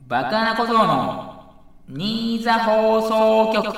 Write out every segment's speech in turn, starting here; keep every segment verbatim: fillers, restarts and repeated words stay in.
バカな小僧の新座放送局。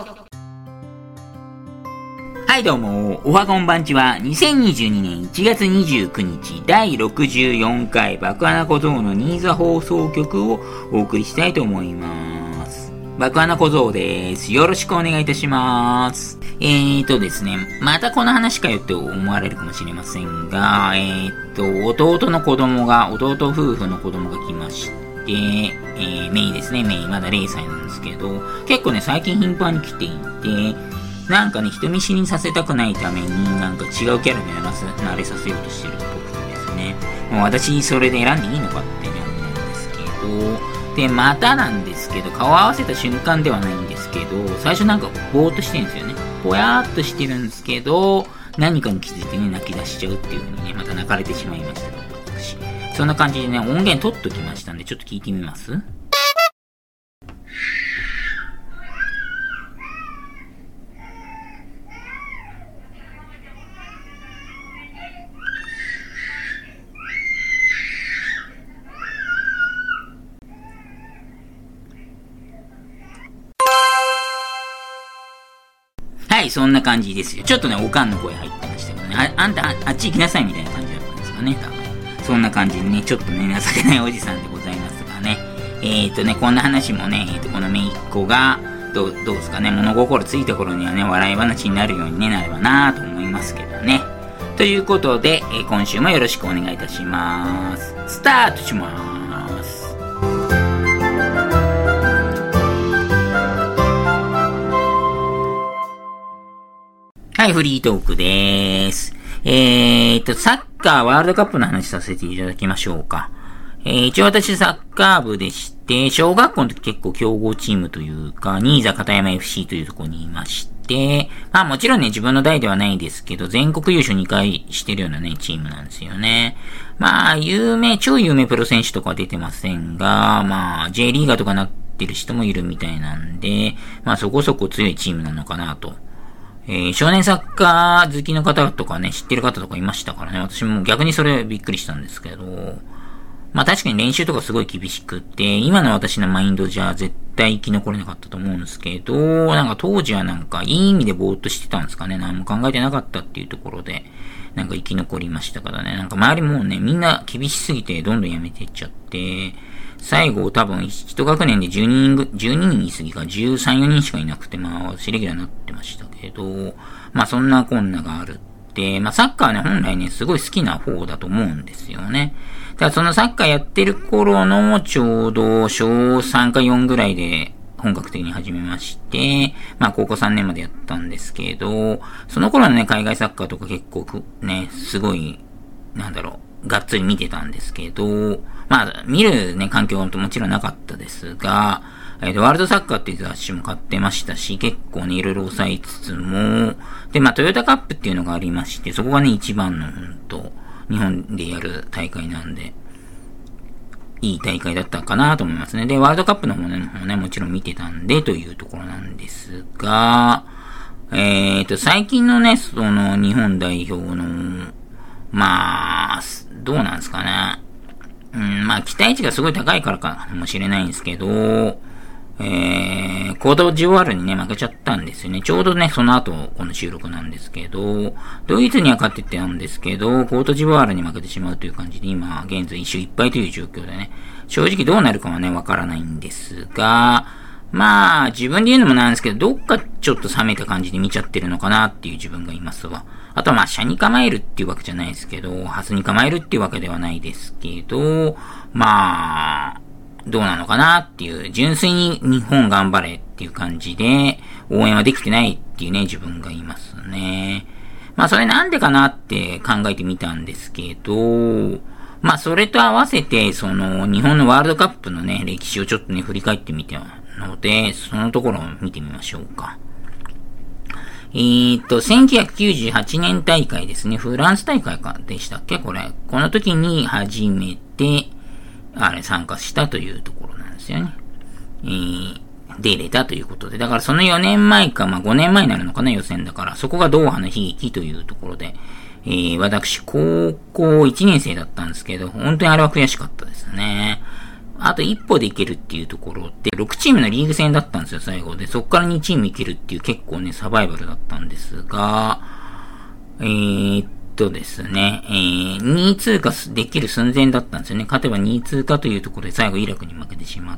はいどうも、おはこんばんちは。にせんにじゅうにねんいちがつにじゅうくにちだいろくじゅうよんかいバカな小僧の新座放送局をお送りしたいと思います。バカな小僧です。よろしくお願いいたします。えーとですね、またこの話かよって思われるかもしれませんが、えーと、弟の子供が、弟夫婦の子供が来まして、えー、メイですね、メイ、まだれいさいなんですけど、結構ね、最近頻繁に来ていて、なんかね、人見知りにさせたくないために、なんか違うキャラにならせ、慣れさせようとしてるっぽくてですね、もう私それで選んでいいのかってね、思うんですけど、で、またなんですけど、顔合わせた瞬間ではないんですけど、最初なんかぼーっとしてるんですよね。ぼやーっとしてるんですけど、何かに気づいてね、泣き出しちゃうっていう風にね、また泣かれてしまいました。私。そんな感じでね、音源取っときましたんで、ちょっと聞いてみます?はい、そんな感じですよ。ちょっとね、おかんの声入ってましたけどね。あ、あんた、あ、あっち行きなさいみたいな感じだったんですかね、多分。そんな感じでね、ちょっとね、情けないおじさんでございますがね。えーとね、こんな話もね、えーと、このめいっ子が、どう、どうですかね、物心ついた頃にはね、笑い話になるように、ね、なればなぁと思いますけどね。ということで、えー、今週もよろしくお願いいたします。スタートしまーす。はい、フリートークでーす。えーと、サッカーワールドカップの話させていただきましょうか。えー、一応私サッカー部でして、小学校の時結構強豪チームというか、新座片山 エフシー というところにいまして、まあもちろんね、自分の代ではないですけど、全国優勝にかいしてるようなね、チームなんですよね。まあ、有名、超有名プロ選手とかは出てませんが、まあ、J リーガーとかなってる人もいるみたいなんで、まあそこそこ強いチームなのかなと。えー、少年サッカー好きの方とかね、知ってる方とかいましたからね、私も逆にそれびっくりしたんですけど、まあ確かに練習とかすごい厳しくって、今の私のマインドじゃ絶対生き残れなかったと思うんですけど、なんか当時はなんかいい意味でぼーっとしてたんですかね、何も考えてなかったっていうところで、なんか生き残りましたからね、なんか周りもね、みんな厳しすぎてどんどんやめていっちゃって、最後多分一学年でじゅうににんぐ、じゅうににんいすぎかじゅうさん、よにんしかいなくて、まあ私レギュラーになってましたけど、まあそんなこんながあるって、まあサッカーね本来ねすごい好きな方だと思うんですよね。ただそのサッカーやってる頃のちょうど小さんかよんぐらいで本格的に始めまして、まあ高校さんねんまでやったんですけど、その頃のね海外サッカーとか結構ね、すごい、なんだろう、がっつり見てたんですけど、まあ、見るね、環境はもちろんなかったですが、えっと、ワールドサッカーっていう雑誌も買ってましたし、結構ね、いろいろ抑えつつも、で、まあ、トヨタカップっていうのがありまして、そこがね、一番の、ほんと、日本でやる大会なんで、いい大会だったかなと思いますね。で、ワールドカップの方ね、もね、もちろん見てたんで、というところなんですが、えっと、最近のね、その、日本代表の、まあ、どうなんですかね。うん、まあ、期待値がすごい高いからかもしれないんですけど、えー、コートジボワールにね、負けちゃったんですよね。ちょうどね、その後、この収録なんですけど、ドイツには勝ってたんですけど、コートジボワールに負けてしまうという感じで、今、現在一勝一敗という状況でね、正直どうなるかはね、わからないんですが、まあ、自分で言うのもなんですけど、どっかちょっと冷めた感じで見ちゃってるのかなっていう自分がいますわ。あとはまあ、車に構えるっていうわけじゃないですけど、ハスに構えるっていうわけではないですけど、まあ、どうなのかなっていう、純粋に日本頑張れっていう感じで、応援はできてないっていうね、自分がいますね。まあ、それなんでかなって考えてみたんですけど、まあ、それと合わせて、その、日本のワールドカップのね、歴史をちょっとね、振り返ってみたので、そのところを見てみましょうか。えーっと、せんきゅうひゃくきゅうじゅうはちねん大会ですね。フランス大会かでしたっけこれ。この時に初めて、あれ、参加したというところなんですよね。えー、出れたということで。だからそのよねんまえか、まあごねんまえになるのかな、予選だから。そこがドーハの悲劇というところで、えー、私、高校いちねん生だったんですけど、本当にあれは悔しかったですね。 あと一歩でいけるっていうところで、ろくチームのリーグ戦だったんですよ、最後で。そっからにチームいけるっていう結構ね、サバイバルだったんですが、えー、っとですね、えー、にい通過できる寸前だったんですよね。勝てばにい通過というところで最後イラクに負けてしまって、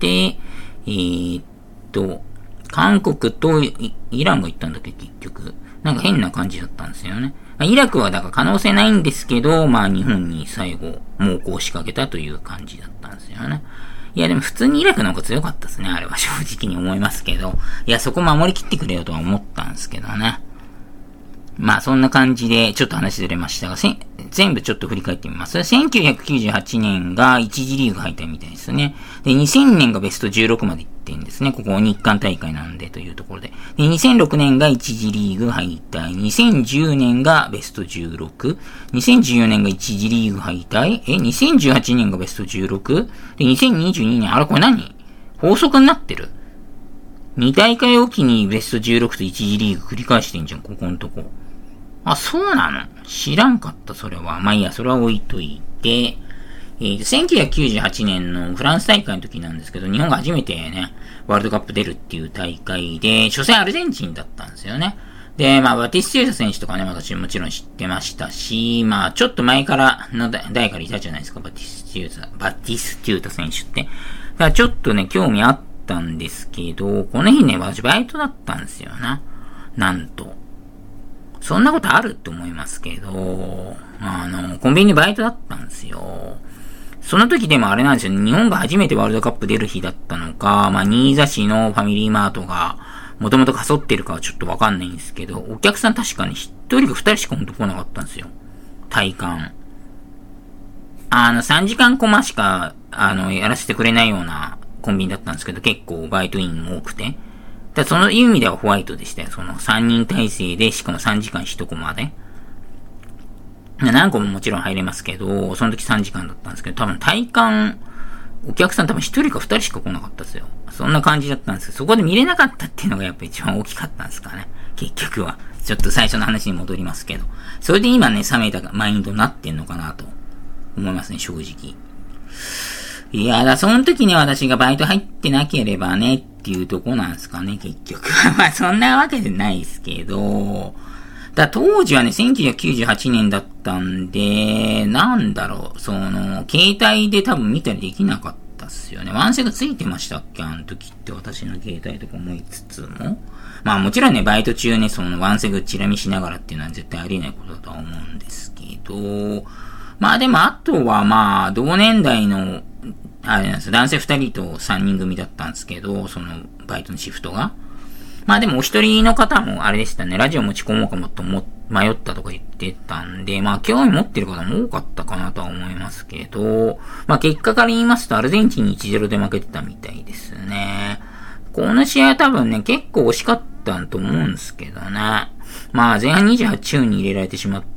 えー、っと、韓国とイランが行ったんだっけ、結局。なんか変な感じだったんですよね。イラクはだから可能性ないんですけど、まあ日本に最後猛攻を仕掛けたという感じだったんですよね。いやでも普通にイラクの方が強かったですね、あれは正直に思いますけど。いやそこ守り切ってくれよとは思ったんですけどね。まあそんな感じでちょっと話ずれましたが、せ全部ちょっと振り返ってみます。せんきゅうひゃくきゅうじゅうはちねんが一次リーグ敗退みたいですね。で、にせんねんがベストじゅうろくまで行ってんですね。ここ日韓大会なんでというところで。で、にせんろくねんが一次リーグ敗退。にせんじゅうねんがベストじゅうろく。にせんじゅうよねんが一次リーグ敗退。え、にせんじゅうはちねんがベストじゅうろく。で、にせんにじゅうにねん、あれこれ何？法則になってる？に大会おきにベストじゅうろくと一次リーグ繰り返してんじゃん、ここのとこ。あ、そうなの？知らんかった、それは。まあいいや、それは置いといて、えー、せんきゅうひゃくきゅうじゅうはちねんのフランス大会の時なんですけど、日本が初めてね、ワールドカップ出るっていう大会で、初戦アルゼンチンだったんですよね。で、まあ、バティステュータ選手とかね、私もちろん知ってましたし、まあ、ちょっと前からの代からいたじゃないですか、バティステュータ、バティステュータ選手って。だからちょっとね、興味あったんですけど、この日ね、私バイトだったんですよな。なんと。そんなことあるって思いますけど、あの、コンビニバイトだったんですよ。その時でもあれなんですよね、日本が初めてワールドカップ出る日だったのか、まあ、新座市のファミリーマートが、もともとかそってるかはちょっとわかんないんですけど、お客さん確かに一人か二人しかほんと来なかったんですよ。体感。あの、さんじかんコマしか、あの、やらせてくれないようなコンビニだったんですけど、結構バイトインも多くて。だその意味ではホワイトでしたよ。そのさんにん体制で、しかもさんじかんいちコマで。何個ももちろん入れますけど、その時さんじかんだったんですけど、多分体感、お客さん多分ひとりかふたりしか来なかったですよ。そんな感じだったんですけど、そこで見れなかったっていうのがやっぱ一番大きかったんですかね。結局は。ちょっと最初の話に戻りますけど。それで今ね、冷めたマインドになってんのかなと思いますね、正直。いやだ、その時に私がバイト入ってなければねっていうとこなんですかね、結局。まあそんなわけでないですけど、だ当時はね、せんきゅうひゃくきゅうじゅうはちねんだったんで、なんだろう、その、携帯で多分見たりできなかったっすよね。ワンセグついてましたっけあの時って私の携帯とか思いつつも。まあもちろんね、バイト中ね、そのワンセグチラ見しながらっていうのは絶対ありえないことだとは思うんですけど、まあでもあとはまあ、同年代の、あれなんですよ、男性二人と三人組だったんですけど、そのバイトのシフトが。まあでもお一人の方もあれでしたね、ラジオ持ち込もうかもとも迷ったとか言ってたんで、まあ興味持ってる方も多かったかなとは思いますけど、まあ結果から言いますとアルゼンチンに いちたいゼロ で負けてたみたいですね。この試合は多分ね、結構惜しかったと思うんですけどね。まあ前半にじゅうはちふんに入れられてしまって、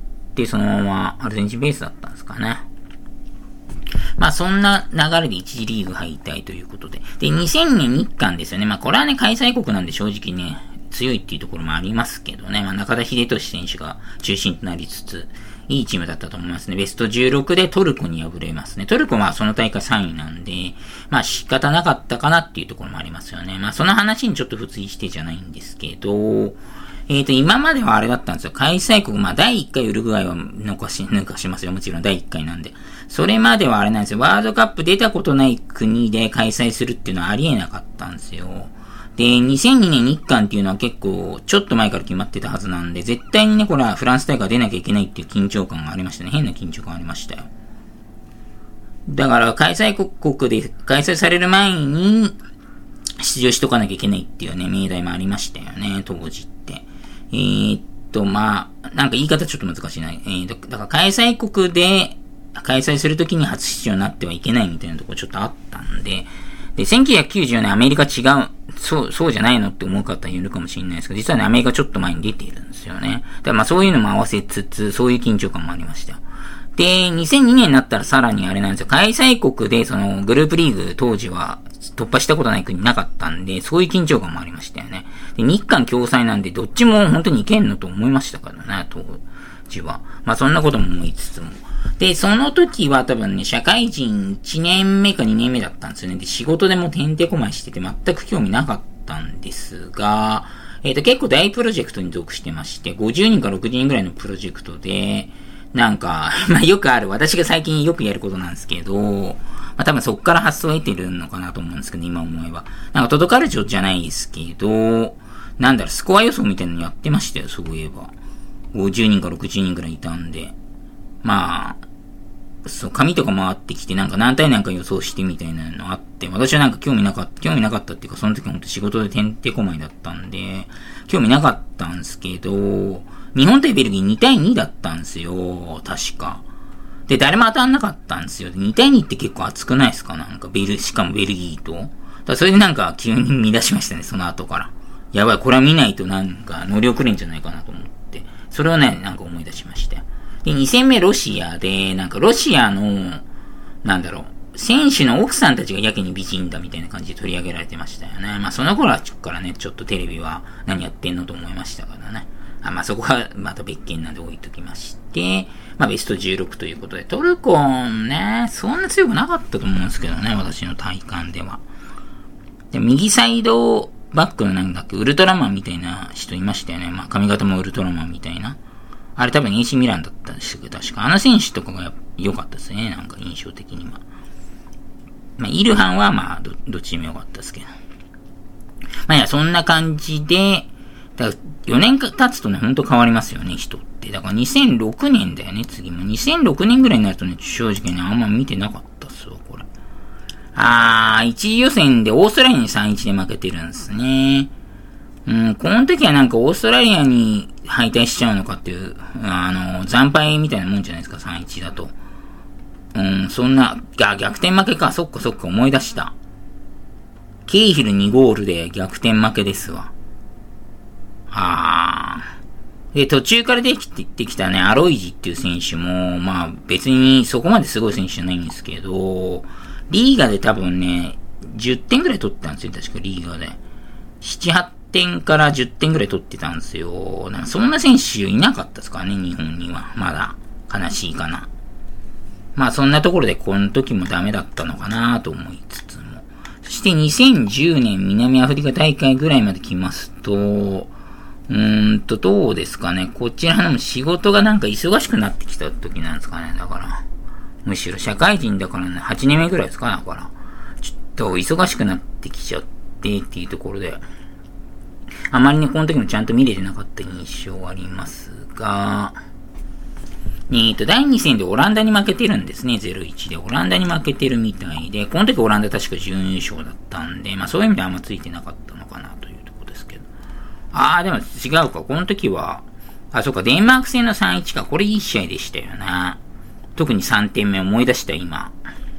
そのままアルゼンチンベースだったんですかね。まあそんな流れで一次リーグ敗退ということで。で、にせんねん日韓ですよね。まあこれはね、開催国なんで正直ね、強いっていうところもありますけどね。まあ中田秀俊選手が中心となりつつ、いいチームだったと思いますね。ベストじゅうろくでトルコに敗れますね。トルコはその大会さんいなんで、まあ仕方なかったかなっていうところもありますよね。まあその話にちょっと付随してじゃないんですけど、えっと、今まではあれだったんですよ。開催国、まあ、だいいっかいウルグアイは抜かし、抜かしますよ。もちろんだいいっかいなんで。それまではあれなんですよ。ワールドカップ出たことない国で開催するっていうのはありえなかったんですよ。で、にせんにねん日韓っていうのは結構、ちょっと前から決まってたはずなんで、絶対にね、これはフランス大会出なきゃいけないっていう緊張感がありましたね。変な緊張感ありましたよ。だから、開催国で開催される前に、出場しとかなきゃいけないっていうね、命題もありましたよね、当時って。えー、っと、まあ、なんか言い方ちょっと難しいな。えー、だから開催国で開催するときに初出場になってはいけないみたいなところちょっとあったんで、で、せんきゅうひゃくきゅうじゅうよねんアメリカ違う、そう、そうじゃないのって思う方いるかもしれないですけど、実はね、アメリカちょっと前に出ているんですよね。だからまあそういうのも合わせつつ、そういう緊張感もありましたよ。で、にせんにねんになったらさらにあれなんですよ。開催国で、その、グループリーグ当時は突破したことない国なかったんで、そういう緊張感もありましたよね。で、日韓共催なんで、どっちも本当にいけんのと思いましたからね、当時は。まあそんなことも思いつつも。 で、その時は多分ね、社会人いちねんめかにねんめだったんですよね。で、仕事でもてんてこまいしてて全く興味なかったんですが、えっと、結構大プロジェクトに属してまして、ごじゅうにんかろくじゅうにんぐらいのプロジェクトで、なんか、まあよくある、私が最近よくやることなんですけど、まあ多分そっから発想を得てるのかなと思うんですけど、今思えば。なんか届かる状じゃないですけど、なんだろ、スコア予想みたいなのやってましたよ、そういえば。ごじゅうにんかろくじゅうにんぐらいいたんで。まあ、そう、紙とか回ってきて、なんか何対何か予想してみたいなのあって、私はなんか興味なかった、興味なかったっていうか、その時本当仕事でてんてこまいだったんで、興味なかったんですけど、日本対ベルギーに対にだったんですよ、確か。で、誰も当たんなかったんですよ。に対にって結構熱くないですか？なんかベル、しかもベルギーと。だからそれでなんか急に見出しましたね、その後から。やばい、これは見ないとなんか乗り遅れんじゃないかなと思って。それをね、なんか思い出しましたよ。で、に戦目ロシアで、なんかロシアの、なんだろう、選手の奥さんたちがやけに美人だみたいな感じで取り上げられてましたよね。まあその頃はちょっからね、ちょっとテレビは何やってんのと思いましたからね。あ、まあそこはまた別件なんで置いときまして、まあベストじゅうろくということで、トルコね、そんな強くなかったと思うんですけどね、私の体感では。で、右サイドバックのなんだっけ、ウルトラマンみたいな人いましたよね。まあ髪型もウルトラマンみたいな。あれ多分 エーシー ミランだったんですけど、確か。あの選手とかが良かったですね。なんか印象的には。まあ、イルハンはまあど、どっちでも良かったですけど。まあいや、そんな感じで、だからよねん経つとね、ほんと変わりますよね、人って。だからにせんろくねんだよね、次も。にせんろくねんぐらいになるとね、正直ね、あんま見てなかったっすわ、これ。あー、一次予選でオーストラリアに さんたいいち で負けてるんですね。うん、この時はなんかオーストラリアに敗退しちゃうのかっていう、あの、惨敗みたいなもんじゃないですか、さんたいいちだと。うん、そんな、あ、逆転負けか、そっかそっか思い出した。ケイヒルにゴールで逆転負けですわ。あー。で、途中から出てきてきたね、アロイジっていう選手も、まあ別にそこまですごい選手じゃないんですけど、リーガで多分ね、じゅってんぐらい取ったんですよ、確かリーガで。なな、はちてんからじゅってんぐらい取ってたんですよ。なんかそんな選手いなかったですからね、日本には。まだ。悲しいかな。まあそんなところでこの時もダメだったのかなと思いつつも。そしてにせんじゅうねん南アフリカ大会ぐらいまで来ますと、うーんとどうですかね。こちらの仕事がなんか忙しくなってきた時なんですかね。だから。むしろ社会人だからね、はちねんめぐらいですか、だから。ちょっと忙しくなってきちゃってっていうところで。あまりね、この時もちゃんと見れてなかった印象はありますが、えーと、だいに戦でオランダに負けてるんですね。ゼロたいいちで。オランダに負けてるみたいで、この時オランダ確か準優勝だったんで、まあそういう意味であんまついてなかったのかなというところですけど。あー、でも違うか。この時は、あ、そうか、デンマーク戦の さんたいいち か。これいい試合でしたよな。特にさんてんめ思い出した今。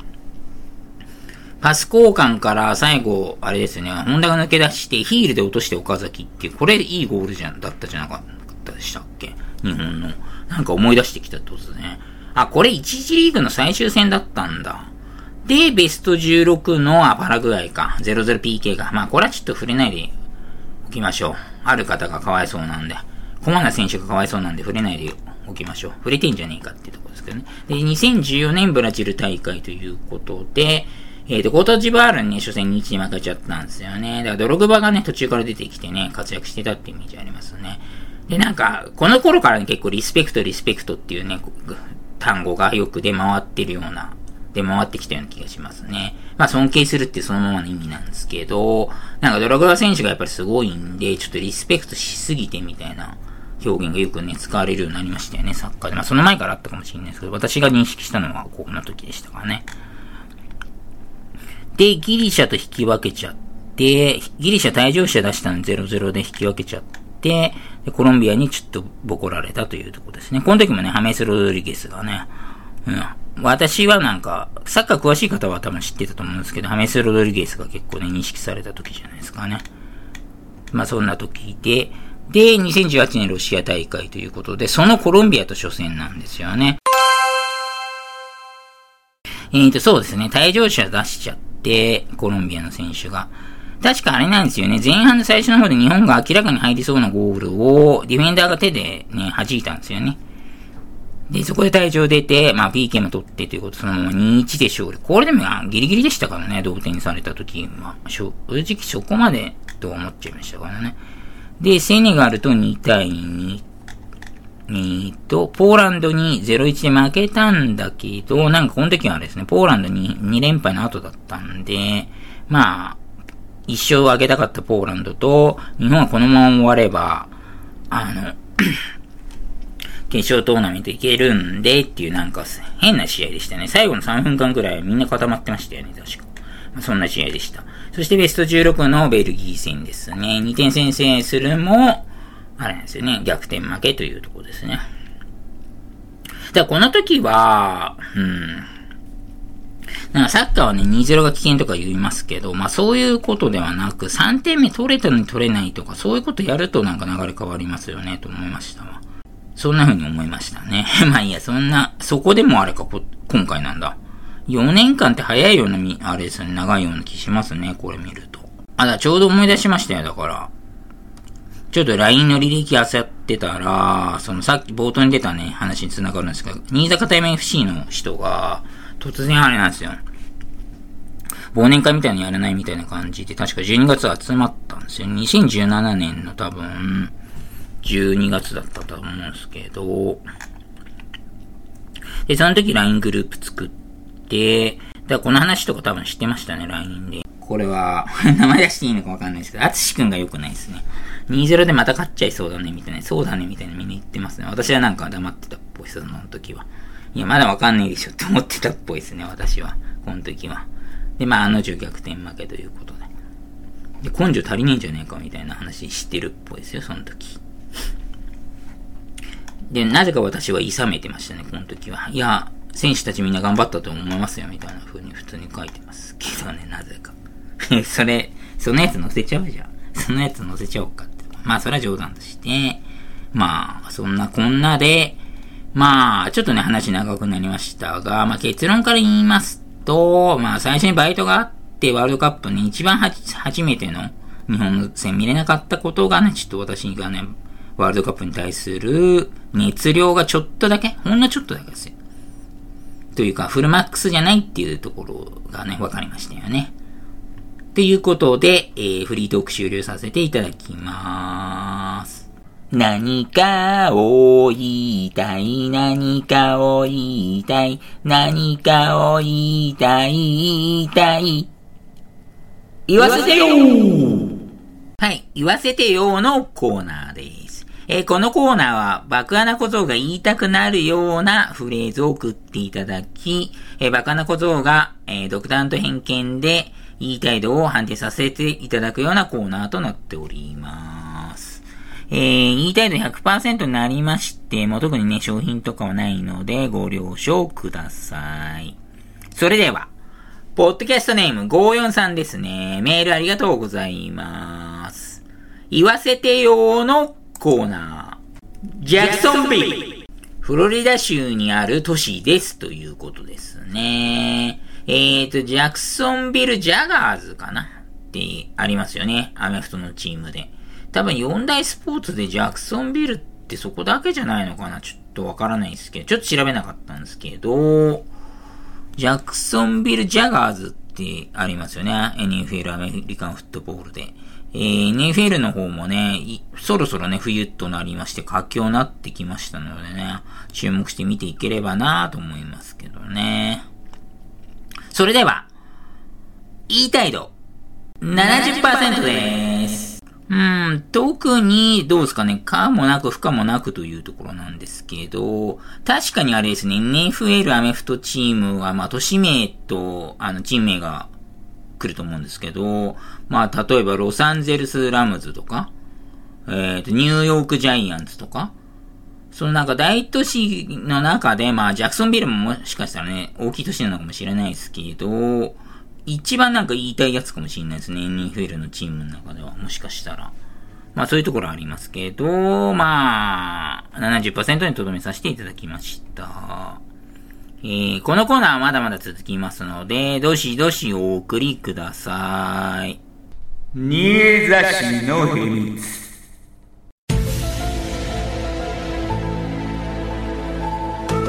パス交換から最後、あれですね、ホンダが抜け出して、ヒールで落として岡崎っていう、これいいゴールじゃん、だったじゃなかったでしたっけ？日本の。なんか思い出してきたってことですね。あ、これ一次リーグの最終戦だったんだ。で、ベストじゅうろくのあ、パラグアイか。ゼロゼロピーケー か。まあ、これはちょっと触れないでおきましょう。ある方がかわいそうなんで。コマナ選手がかわいそうなんで触れないでおきましょう。触れてんじゃねえかっていうところですけどね。で、にせんじゅうよねんブラジル大会ということで、えっと、コートジボワールにね、初戦にいちで負けちゃったんですよね。だからドログバがね、途中から出てきてね、活躍してたっていうイメージありますね。で、なんか、この頃からね、結構リスペクト、リスペクトっていうね、単語がよく出回ってるような、出回ってきたような気がしますね。まあ、尊敬するっていうそのままの意味なんですけど、なんかドログバ選手がやっぱりすごいんで、ちょっとリスペクトしすぎてみたいな表現がよくね、使われるようになりましたよね、サッカーで。まあ、その前からあったかもしれないですけど、私が認識したのはこの時でしたからね。で、ギリシャと引き分けちゃって、ギリシャ退場者出したのゼロゼロで引き分けちゃって、で、コロンビアにちょっとボコられたというところですね。この時もね、ハメス・ロドリゲスがね、うん、私はなんか、サッカー詳しい方は多分知ってたと思うんですけど、ハメス・ロドリゲスが結構ね、認識された時じゃないですかね。まあそんな時で、で、にせんじゅうはちねんロシア大会ということで、そのコロンビアと初戦なんですよね。えーと、そうですね、退場者出しちゃって、コロンビアの選手が。確かあれなんですよね、前半の最初の方で日本が明らかに入りそうなゴールを、ディフェンダーが手でね、弾いたんですよね。 で、そこで退場出て、まあ ピーケー も取ってということで、そのまま にたいいち で勝利。これでもギリギリでしたからね、同点にされた時。まあ、正直そこまでと思っちゃいましたからね。で、セネガルとにたいに。えーと、ポーランドに ゼロたいいち で負けたんだけど、なんかこの時はですね、ポーランドにに連敗の後だったんで、まあ、一勝を挙げたかったポーランドと、日本はこのまま終われば、あの、決勝トーナメントいけるんでっていうなんか変な試合でしたね。最後のさんぷんかんくらいみんな固まってましたよね、確か。まあ、そんな試合でした。そしてベストじゅうろくのベルギー戦ですね。にてん先制するも、あれなんですよね。逆転負けというところですね。だからこの時は、うん。なんかサッカーはね、にたいゼロが危険とか言いますけど、まあそういうことではなく、さんてんめ取れたのに取れないとか、そういうことやるとなんか流れ変わりますよね、と思いましたわ。そんな風に思いましたね。まあいいや、そんな、そこでもあれか、今回なんだ。よねんかんって早いような、あれですね、長いような気しますね、これ見ると。あ、だ、ちょうど思い出しましたよ、だから。ちょっと ライン の履歴漁ってたら、そのさっき冒頭に出たね、話に繋がるんですけど、新潟対面 エフシー の人が、突然あれなんですよ。忘年会みたいにやらないみたいな感じで、確かじゅうにがつ集まったんですよ。にせんじゅうななねんの多分、じゅうにがつだったと思うんですけど、で、その時 ライン グループ作って、だからこの話とか多分知ってましたね、ライン で。これは、名前出していいのかわかんないですけど、アツシくんが良くないですね。にたいゼロ でまた勝っちゃいそうだね、みたいな。そうだね、みたいなみんな言ってますね。私はなんか黙ってたっぽい、その時は。いや、まだわかんないでしょって思ってたっぽいですね、私は。この時は。で、まあ、あの女逆転負けということで。で、根性足りねえんじゃねえか、みたいな話してるっぽいですよ、その時。で、なぜか私は諌めてましたね、この時は。いや、選手たちみんな頑張ったと思いますよ、みたいな風に普通に書いてますけどね、なぜか。それ、そのやつ載せちゃうじゃん。そのやつ載せちゃおうかって。まあ、それは冗談として、まあ、そんなこんなで、まあ、ちょっとね、話長くなりましたが、まあ、結論から言いますと、まあ、最初にバイトがあって、ワールドカップに一番はじ、初めての日本戦見れなかったことがね、ちょっと私がね、ワールドカップに対する熱量がちょっとだけ、ほんのちょっとだけですよ。というか、フルマックスじゃないっていうところがね、わかりましたよね。ということで、えー、フリートーク終了させていただきまーす。何かを言いたい、何かを言いたい、何かを言いたい、言いたい。言わせてよーはい、言わせてよーのコーナーです。えー、このコーナーは爆穴小僧が言いたくなるようなフレーズを送っていただき、えー、爆穴小僧が、えー、独断と偏見で言いたい度を判定させていただくようなコーナーとなっております。えー、言いたい度 ひゃくパーセント になりまして、もう特にね、商品とかはないのでご了承ください。それでは、ポッドキャストネームごーよんさんですね。メールありがとうございます。言わせてよーのコーナー。ジャクソンビル。フロリダ州にある都市ですということですね。えーと、ジャクソンビルジャガーズかなってありますよね。アメフトのチームで。多分よん大スポーツでジャクソンビルってそこだけじゃないのかなちょっとわからないですけど、ちょっと調べなかったんですけど、ジャクソンビルジャガーズってありますよね。エヌエフエル アメリカンフットボールで。えー、エヌエフエル の方もね、そろそろね、冬となりまして佳境になってきましたのでね、注目して見ていければなと思いますけどね。それでは、言いたい度 ななじゅっパーセント です。うん、特に、どうですかね、可もなく不可もなくというところなんですけど、確かにあれですね、エヌエフエル アメフトチームは、まあ、都市名と、あの、チーム名が来ると思うんですけど、まあ、例えば、ロサンゼルスラムズとか、えっと、ニューヨークジャイアンツとか、そのなんか大都市の中で、まあ、ジャクソンビルももしかしたらね、大きい都市なのかもしれないですけど、一番なんか言いたいやつかもしれないですね。エヌエフエル のチームの中では、もしかしたら。まあそういうところありますけど、まあ、ななじゅっパーセント に留めさせていただきました。えー、このコーナーはまだまだ続きますので、どしどしお送りください。新座市の秘密。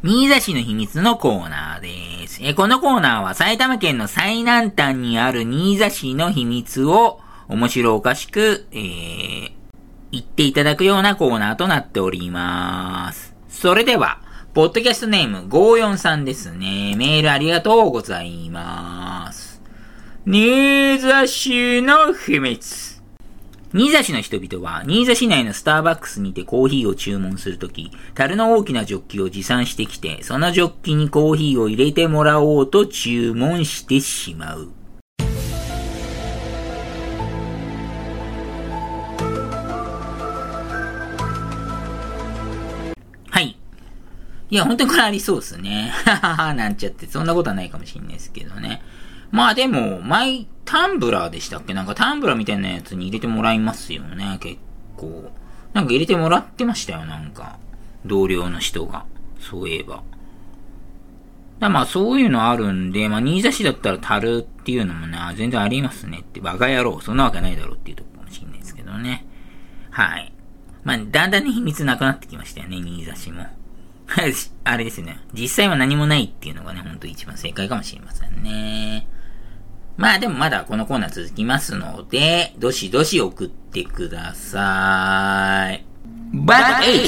新座市の秘密のコーナーです。えー、このコーナーは埼玉県の最南端にある新座市の秘密を面白おかしく、えー、言っていただくようなコーナーとなっております。それでは、ポッドキャストネームごーよんさんですね。メールありがとうございます。新座市の秘密。新座市の人々は、新座市内のスターバックスにてコーヒーを注文するとき、樽の大きなジョッキを持参してきて、そのジョッキにコーヒーを入れてもらおうと注文してしまう。はい。いや、本当にこれありそうですね。ははは、なんちゃって、そんなことはないかもしれないですけどね。まあでも、マイタンブラーでしたっけ？なんかタンブラーみたいなやつに入れてもらいますよね、結構。なんか入れてもらってましたよ、なんか。同僚の人が。そういえば。だまあそういうのあるんで、まあ新座市だったら樽っていうのもね、全然ありますねって、バカ野郎、そんなわけないだろうっていうところかもしれないですけどね。はい。まあだんだんね、秘密なくなってきましたよね、新座市も。あれですね。実際は何もないっていうのがね、ほんと一番正解かもしれませんね。まあでもまだこのコーナー続きますので、どしどし送ってください。バックエイ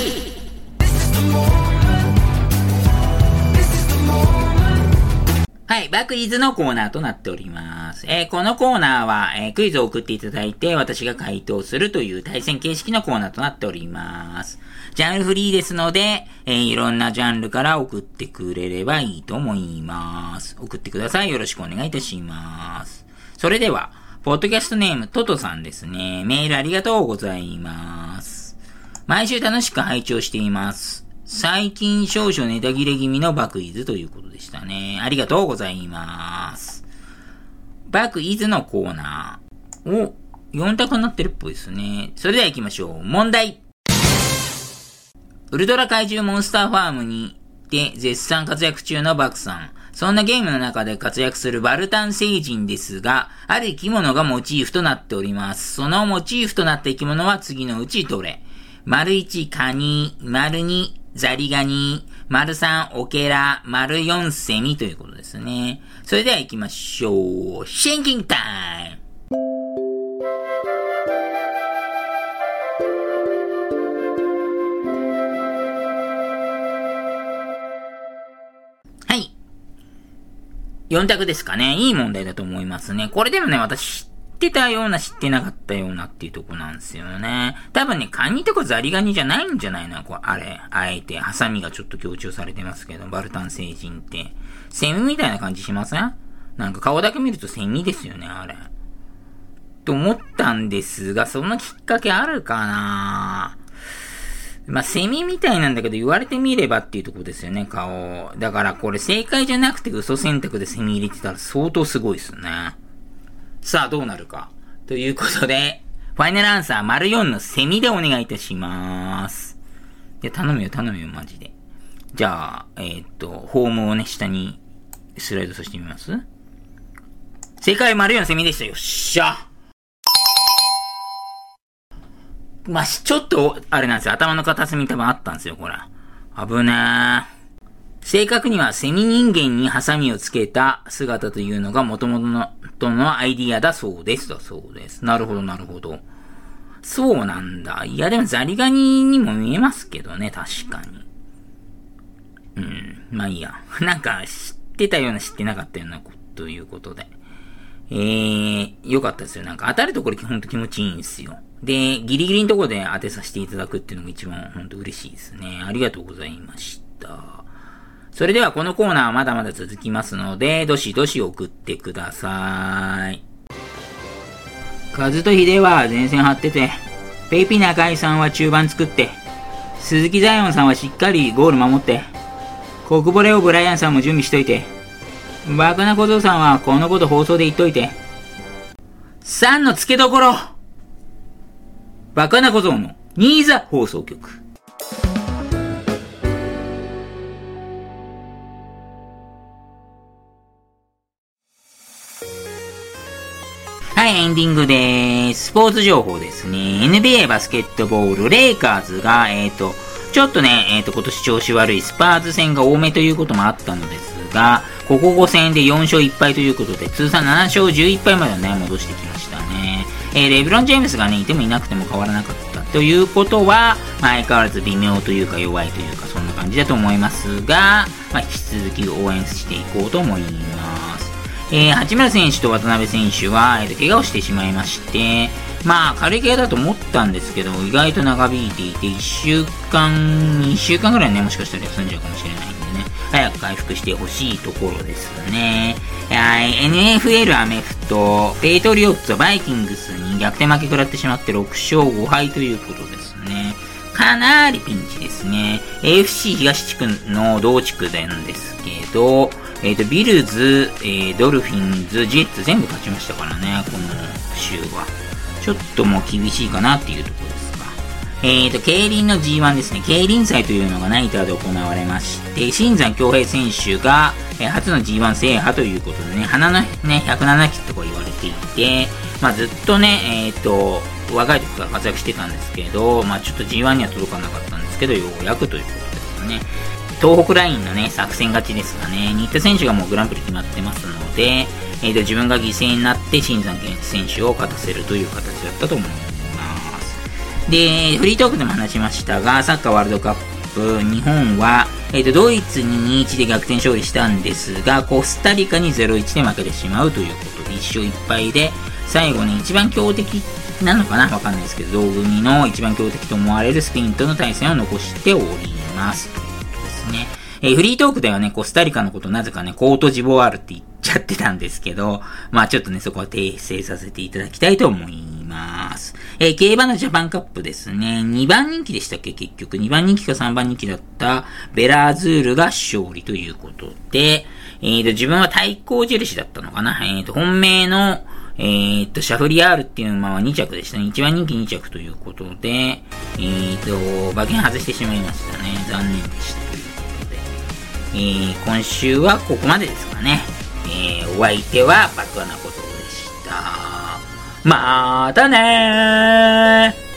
はい、バックイズのコーナーとなっております。えー、このコーナーは、えー、クイズを送っていただいて私が回答するという対戦形式のコーナーとなっております。ジャンルフリーですので、えー、いろんなジャンルから送ってくれればいいと思います。送ってください。よろしくお願いいたします。それでは、ポッドキャストネームトトさんですね。メールありがとうございます。毎週楽しく拝聴しています。最近少々ネタ切れ気味のバクイズということでしたね。ありがとうございます。バクイズのコーナーをよん択になってるっぽいですね。それでは行きましょう。問題。ウルトラ怪獣モンスターファームにて絶賛活躍中のバクさん。そんなゲームの中で活躍するバルタン星人ですが、ある生き物がモチーフとなっております。そのモチーフとなった生き物は次のうちどれ？丸いち、カニ、丸に、ザリガニ、丸さん、オケラ、丸よん、セミということですね。それでは行きましょう。シンキングタイム！はい。よん択ですかね。いい問題だと思いますね。これでもね、私知ってたような知ってなかったようなっていうとこなんですよね。多分ね、カニとかザリガニじゃないんじゃないのこう、あれ、あえて、ハサミがちょっと強調されてますけど、バルタン星人って。セミみたいな感じしません？なんか顔だけ見るとセミですよね、あれ。と思ったんですが、そのきっかけあるかな？まあ、セミみたいなんだけど言われてみればっていうところですよね、顔。だからこれ正解じゃなくて嘘選択でセミ入れてたら相当すごいですね。さあ、どうなるか。ということで、ファイナルアンサー、丸よんのセミでお願いいたします。いや、頼むよ、頼むよ、マジで。じゃあ、えー、っと、ホームをね、下にスライドさせてみます？正解、丸よんのセミでした。よっしゃ。まあ、ちょっと、あれなんですよ。頭の片隅多分あったんですよ、これ。危ねー。正確にはセミ人間にハサミをつけた姿というのが元々のとのアイディアだそうです。だそうです。なるほど、なるほど。そうなんだ。いや、でもザリガニにも見えますけどね、確かに。うん、まあいいや。なんか、知ってたような知ってなかったようなということで。えー、よかったですよ。なんか当たるところほんと気持ちいいんですよ。で、ギリギリのところで当てさせていただくっていうのが一番ほんと嬉しいですね。ありがとうございました。それではこのコーナーはまだまだ続きますので、どしどし送ってください。カズとヒデは前線張ってて、ペイピ中井さんは中盤作って、鈴木ザイオンさんはしっかりゴール守って、コクボレオブライアンさんも準備しといて、バカな小僧さんはこのこと放送で言っといて、さんの付けどころ、バカな小僧のニーザ放送局。はい、エンディングでーす。スポーツ情報ですね。エヌビーエー バスケットボール、レイカーズが、えっと、 ちょっとね、えっと、今年調子悪いスパーズ戦が多めということもあったのですが、ここご戦でよん勝いっ敗ということで、通算なな勝じゅういっ敗までね、戻してきましたね。えー、レブロン・ジェームスがね、いてもいなくても変わらなかったということは、まあ、相変わらず微妙というか弱いというか、そんな感じだと思いますが、まあ、引き続き応援していこうと思います。えー、八村選手と渡辺選手は、えーと、怪我をしてしまいまして、まあ、軽い怪我だと思ったんですけど、意外と長引いていて、いっしゅうかん、にしゅうかんぐらいね、もしかしたら休んじゃうかもしれないんでね、早く回復してほしいところですね。はい、エヌエフエル アメフト、ペイトリオッツ、バイキングスに逆転負け食らってしまってろく勝ご敗ということですね。かなりピンチですね。エーエフシー 東地区の同地区なんですけど、えっと、ビルズ、えー、ドルフィンズ、ジェッツ全部勝ちましたからね、この週は。ちょっともう厳しいかなっていうところですが。えっと、競輪の ジーワン ですね。競輪祭というのがナイターで行われまして、新山恭平選手が、えー、初の ジーワン 制覇ということでね、花のね、ひゃくななキとか言われていて、まあずっとね、えっと、若い時から活躍してたんですけど、まあちょっと ジーワン には届かなかったんですけど、ようやくということですね。東北ラインのね、作戦勝ちですがね、新田選手がもうグランプリ決まってますので、えーと、自分が犠牲になって新山選手を勝たせるという形だったと思います。で、フリートークでも話しましたが、サッカーワールドカップ、日本は、えーと、ドイツに にたいいち で逆転勝利したんですが、コスタリカに ゼロたいいち で負けてしまうということで、いっ勝いっ敗で、最後に一番強敵なのかなわかんないですけど、同組の一番強敵と思われるスペインとの対戦を残しております。ねえー、フリートークではね、コスタリカのことなぜかね、コートジボワールって言っちゃってたんですけど、まあちょっとね、そこは訂正させていただきたいと思います。えー、競馬のジャパンカップですね、にばん人気でしたっけ、結局。にばん人気かさんばん人気だったベラーズールが勝利ということで、えーと、自分は対抗印だったのかな。えーと、本命のえーっと、シャフリヤールっていう馬はに着でしたね。いちばん人気に着ということで、えーっと、馬券外してしまいましたね。残念でしたということで。えー、今週はここまでですかね。えー、お相手はバクアナことでした。またねー。